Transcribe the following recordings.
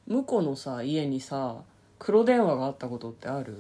向こうのさ家にさ黒電話があったことってある？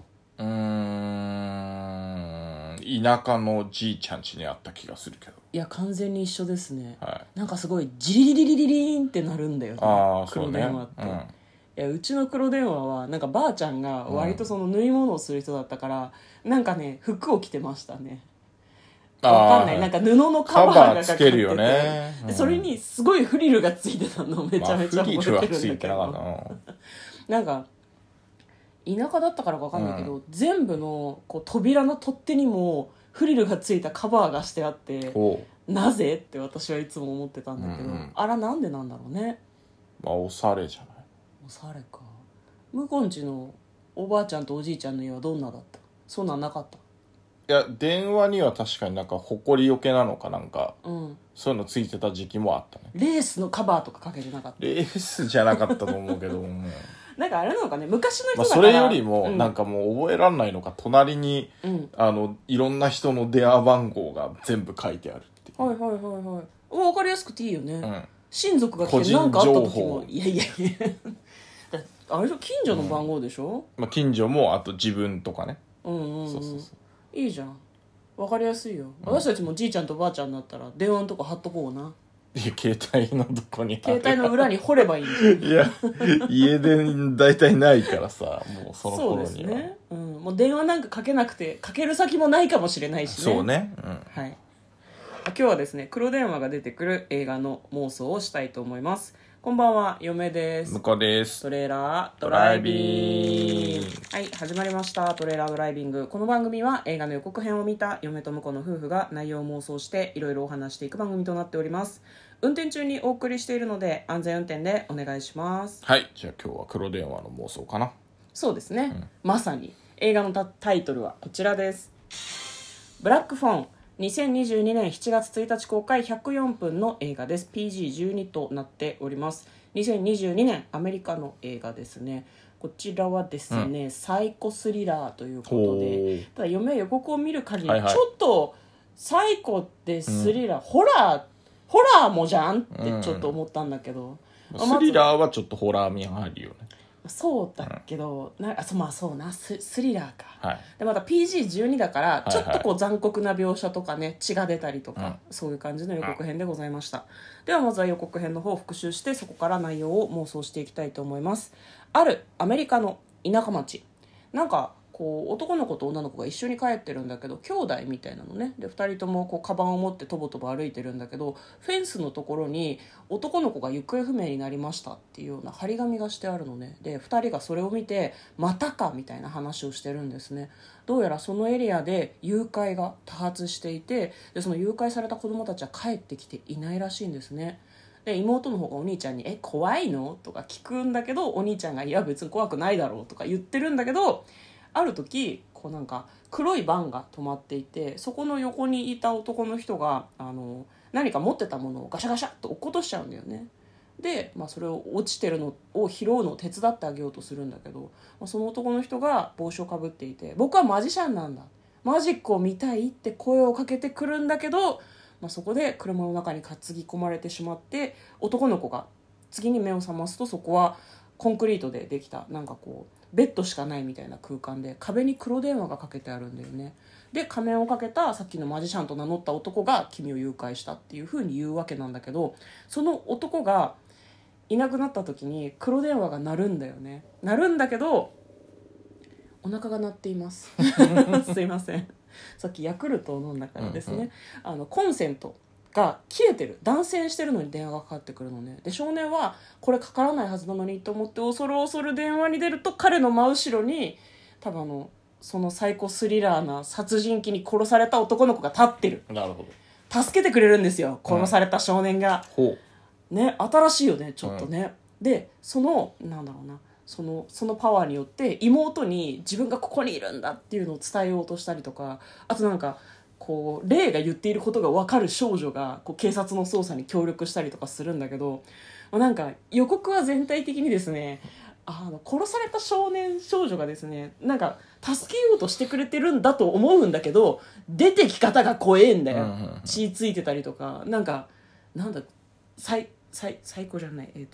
田舎のじいちゃん家にあった気がするけど。 いや完全に一緒ですね、 はい、 なんかすごいジリリリリリリーンってなるんだよね。黒電話って、 そうね、 いやうちの黒電話はなんかばあちゃんが割とその縫い物をする人だったから、なんかね服を着てましたね。わかんない、なんか布のカバーがかかってて、 つけるよね、 でそれにすごいフリルがついてたのめちゃめちゃ覚えてるんだけど、 フリルはついてなかったな。 なんか田舎だったからかわかんないけど、全部のこう扉の取っ手にもフリルがついたカバーがしてあって、なぜって私はいつも思ってたんだけど、あらなんでなんだろうね。 おしゃれじゃない。 おしゃれか。向こんちのおばあちゃんとおじいちゃんの家はどんなだった？そんなんなかった？ いや電話には確かになんか埃よけなのかなんか、 そういうのついてた時期もあったね。 レースのカバーとかかけてなかった？ レースじゃなかったと思うけどなんかあれなのかね、昔の人だから、 それよりもなんかもう覚えらんないのか、隣に、いろんな人の電話番号が全部書いてあるっていう。 はい分かりやすくていいよね、親族が来て個人何かあった時情も報。 いやあれでしょ、近所の番号でしょ、 近所もあと自分とかね。 そういいじゃん、分かりやすいよ、私たちもじいちゃんとばあちゃんになったら電話のとこ貼っとこうな。 いや携帯のどこに携帯の裏に掘ればいいんだよ。 いや家電大体ないからさ、もうその頃には。 そうですね、もう電話なんかかけなくてかける先もないかもしれないしね。 そうね、 はい。今日はですね黒電話が出てくる映画の妄想をしたいと思います。こんばんは、嫁です。 向こうです。 トレーラードライビング。はい、始まりました。トレーラードライビング。この番組は映画の予告編を見た嫁と婿の夫婦が内容を妄想していろいろお話していく番組となっております。運転中にお送りしているので安全運転でお願いします。 はい、じゃあ今日は黒電話の妄想かな。 そうですね、まさに映画のタイトルはこちらです。ブラックフォン。2022年7月1日公開、104分の映画です。 PG12 となっております。2022年アメリカの映画ですね。こちらはですね、サイコスリラーということで、ただ嫁は予告を見る限り、ちょっとサイコってスリラー、ホラーもじゃんってちょっと思ったんだけど、 スリラーはちょっとホラー味あるよね。 そうだけど、そうな、スリラーか、 はい、 でまた PG12 だからちょっとこう残酷な描写とかね、血が出たりとか、そういう感じの予告編でございました。ではまずは予告編の方を復習して、そこから内容を妄想していきたいと思います。あるアメリカの田舎町、なんかこう男の子と女の子が一緒に帰ってるんだけど、兄弟みたいなのね。で2人ともこうカバンを持ってとぼとぼ歩いてるんだけど、フェンスのところに男の子が行方不明になりましたっていうような張り紙がしてあるのね。で2人がそれを見て、またかみたいな話をしてるんですね。どうやらそのエリアで誘拐が多発していて、でその誘拐された子供たちは帰ってきていないらしいんですね。で妹の方がお兄ちゃんに怖いのとか聞くんだけど、お兄ちゃんがいや別に怖くないだろうとか言ってるんだけど、ある時こうなんか黒いバンが止まっていて、そこの横にいた男の人が何か持ってたものをガシャガシャっと落っことしちゃうんだよね。で、それを落ちてるのを拾うのを手伝ってあげようとするんだけど、その男の人が帽子をかぶっていて、僕はマジシャンなんだ、マジックを見たいって声をかけてくるんだけど、そこで車の中に担ぎ込まれてしまって、男の子が次に目を覚ますと、そこはコンクリートでできたなんかこうベッドしかないみたいな空間で、壁に黒電話がかけてあるんだよね。で仮面をかけたさっきのマジシャンと名乗った男が君を誘拐したっていう風に言うわけなんだけど、その男がいなくなった時に黒電話が鳴るんだよね。鳴るんだけどお腹が鳴っていますすいません、さっきヤクルトを飲んだからですね、コンセントが切れてる、断線してるのに電話がかかってくるのね。で少年はこれかからないはずなのにと思って恐る恐る電話に出ると、彼の真後ろに多分そのサイコスリラーな殺人鬼に殺された男の子が立ってる。 なるほど。 助けてくれるんですよ、殺された少年が、ね、新しいよねちょっとね、でなんだろうな、そのパワーによって妹に自分がここにいるんだっていうのを伝えようとしたりとか、あとなんかこう霊が言っていることが分かる少女がこう警察の捜査に協力したりとかするんだけど、なんか予告は全体的にですね、殺された少女がですね、なんか助けようとしてくれてるんだと思うんだけど、出てき方が怖えんだよ、血ついてたりとか、なんだサイコじゃない、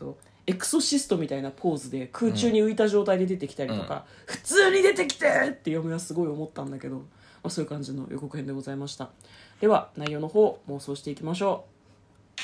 エクソシストみたいなポーズで空中に浮いた状態で出てきたりとか、普通に出てきてって嫁はすごい思ったんだけど、そういう感じの予告編でございました。では内容の方妄想していきましょう。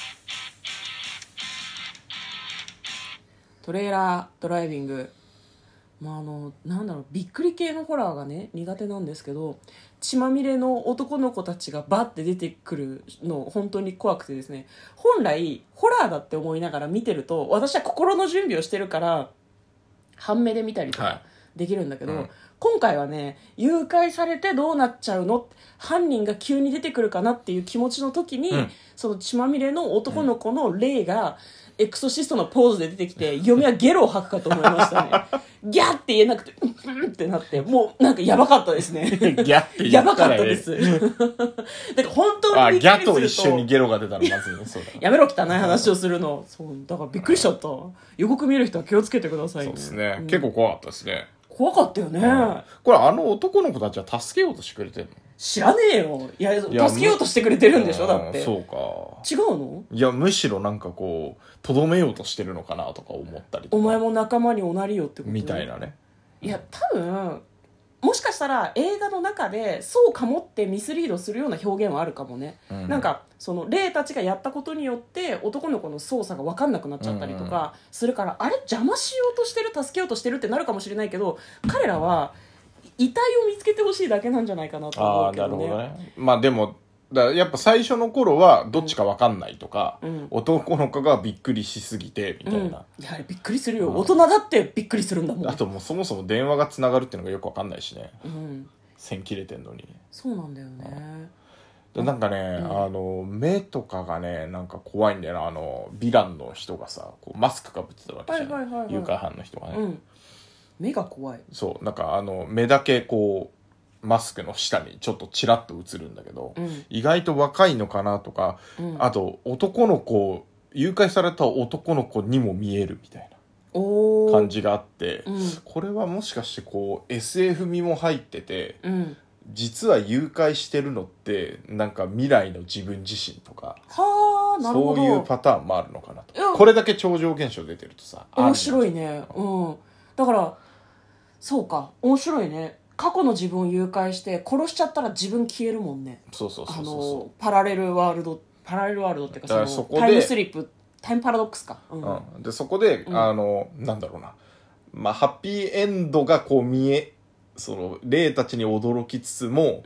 トレーラードライビング、なんだろう、びっくり系のホラーがね苦手なんですけど、血まみれの男の子たちがバッて出てくるの本当に怖くてですね、本来ホラーだって思いながら見てると、私は心の準備をしてるから半目で見たりとかできるんだけど、今回はね、誘拐されてどうなっちゃうの、犯人が急に出てくるかなっていう気持ちの時に、その血まみれの男の子の霊がエクソシストのポーズで出てきて、嫁はゲロを吐くかと思いましたね。ギャッって言えなくて、うんってなって、もうなんかやばかったですね。 ギャってやばかったです。だから本当にびっくりすると。 ギャと一緒にゲロが出たらまずいね。そうだ。 やめろ、汚い話をするの。そう、だからびっくりしちゃった。予告見る人は気をつけてくださいね。 そうですね。結構怖かったですね。 怖かったよね。 これ男の子たちは助けようとしてくれてるの？ 知らねえよ。いや、助けようとしてくれてるんでしょ、だって。 そうか。 違うの？ いや、むしろなんかこう、とどめようとしてるのかなとか思ったりとか。 お前も仲間におなりよってこと？ みたいなね。 いや、多分、もしかしたら映画の中でそうかもってミスリードするような表現はあるかもね。なんか、その霊たちがやったことによって男の子の操作が分かんなくなっちゃったりとかするから、あれ邪魔しようとしてる、助けようとしてるってなるかもしれないけど、彼らは遺体を見つけてほしいだけなんじゃないかなと思うけどね。 なるほどね。まあでもやっぱ最初の頃はどっちか分かんないとか、男の子がびっくりしすぎてみたいな、 いやびっくりするよ、大人だってびっくりするんだもん。 あともうそもそも電話がつながるっていうのがよく分かんないしね、線切れてんのに。 そうなんだよね。 なんかね、目とかがねなんか怖いんだよな。ヴィランの人がさこうマスクかぶってたわけじゃん、誘拐犯の人がね、 目が怖い。 そうなんか目だけこうマスクの下にちょっとチラッと映るんだけど、意外と若いのかなとか、あと男の子、誘拐された男の子にも見えるみたいな感じがあって、これはもしかしてこう SF 味も入ってて、実は誘拐してるのってなんか未来の自分自身とか、 なるほど、 そういうパターンもあるのかなと。これだけ超常現象出てるとさ、 面白いね。だからそうか、面白いね。過去の自分を誘拐して殺しちゃったら自分消えるもんね。 そうパラレルワールドっていうか、 そこでタイムスリップ、タイムパラドックスか、 でそこで、なんだろうな、まあハッピーエンドがこうその霊たちに驚きつつも、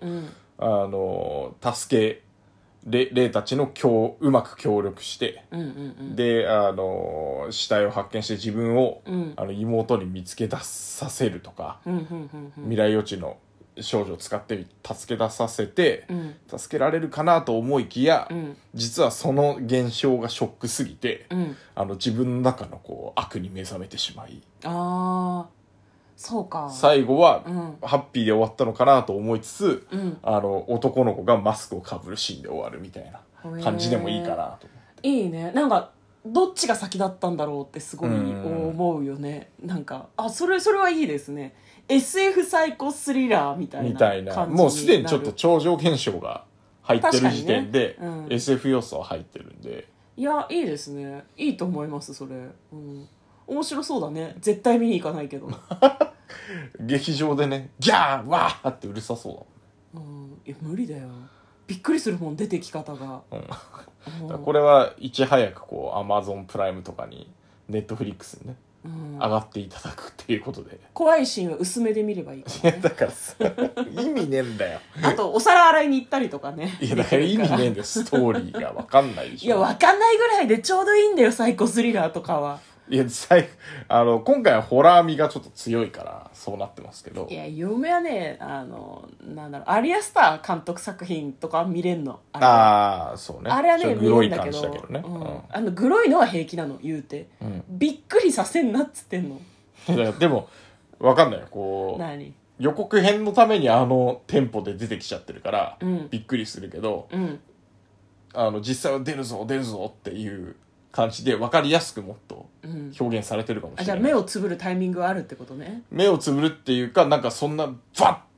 助け霊たちのうまく協力して、で死体を発見して自分を、妹に見つけ出させるとか、未来予知の少女を使って助け出させて、助けられるかなと思いきや、実はその現象がショックすぎて、自分の中のこう悪に目覚めてしまい、 そうか、 最後は、ハッピーで終わったのかなと思いつつ、男の子がマスクをかぶるシーンで終わるみたいな感じでもいいかなと。 いいね。なんかどっちが先だったんだろうってすごい思うよね。なんかそれはいいですね。 SF サイコスリラーみたいな感じになる。 もうすでにちょっと超常現象が入ってる時点で、SF 要素は入ってるんで、 いやいいですね。いいと思いますそれ、面白そうだね。絶対見に行かないけど劇場でねギャーワーってうるさそうだもん。いや無理だよ、びっくりするもん出てき方が。 これはいち早くこう Amazon プライムとかに Netflix にね、上がっていただくっていうことで。 怖いシーンは薄めで見ればいいから、ね、いやだからさ意味ねえんだよ。 あとお皿洗いに行ったりとかね。 いやだから意味ねえんだよ、ストーリーが分かんないでしょ。 いや分かんないぐらいでちょうどいいんだよサイコスリラーとかは。 いや今回はホラー味がちょっと強いからそうなってますけど。 いや嫁はねなんだろう、アリアスター監督作品とか見れんの。 そうね。 あれはねグロい感じだけどね、 グロいのは平気なの言うて、びっくりさせんなっつってんの。 でも分かんないよ、こう何予告編のためにテンポで出てきちゃってるから、びっくりするけど、実際は出るぞっていう感じで分かりやすくもっと表現されてるかもしれない。 じゃあ目をつぶるタイミングはあるってことね。 目をつぶるっていうか、なんかそんなバッて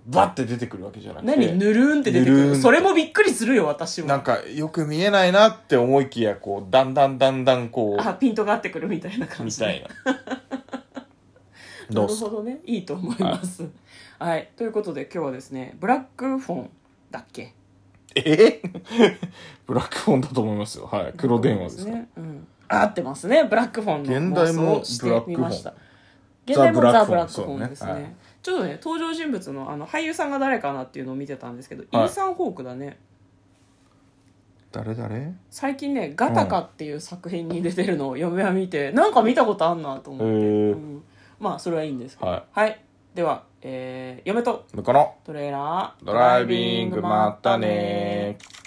バッて出てくるわけじゃなくて。 何ぬるーんって出てくる。それもびっくりするよ、私も。 なんか、よく見えないなって思いきや、こう、だんだんこう。 ピントが合ってくるみたいな感じ。 みたいな。なるほどね。いいと思います。はい。ということで、今日はですね、ブラックフォンだっけ？ ブラックフォンだと思いますよ。はい。黒電話ですか。 ね。うん。合ってますね。ブラックフォンの妄想をしてみました。現代もザ・ブラックフォンですね。ちょっとね、登場人物の俳優さんが誰かなっていうのを見てたんですけど、イーサン・ホークだね。 誰最近ね、ガタカっていう作品に出てるのを嫁は見て、なんか見たことあんなと思って。まあ、それはいいんですけど。はい。では、嫁と向こうのトレーラードライビング、またねー。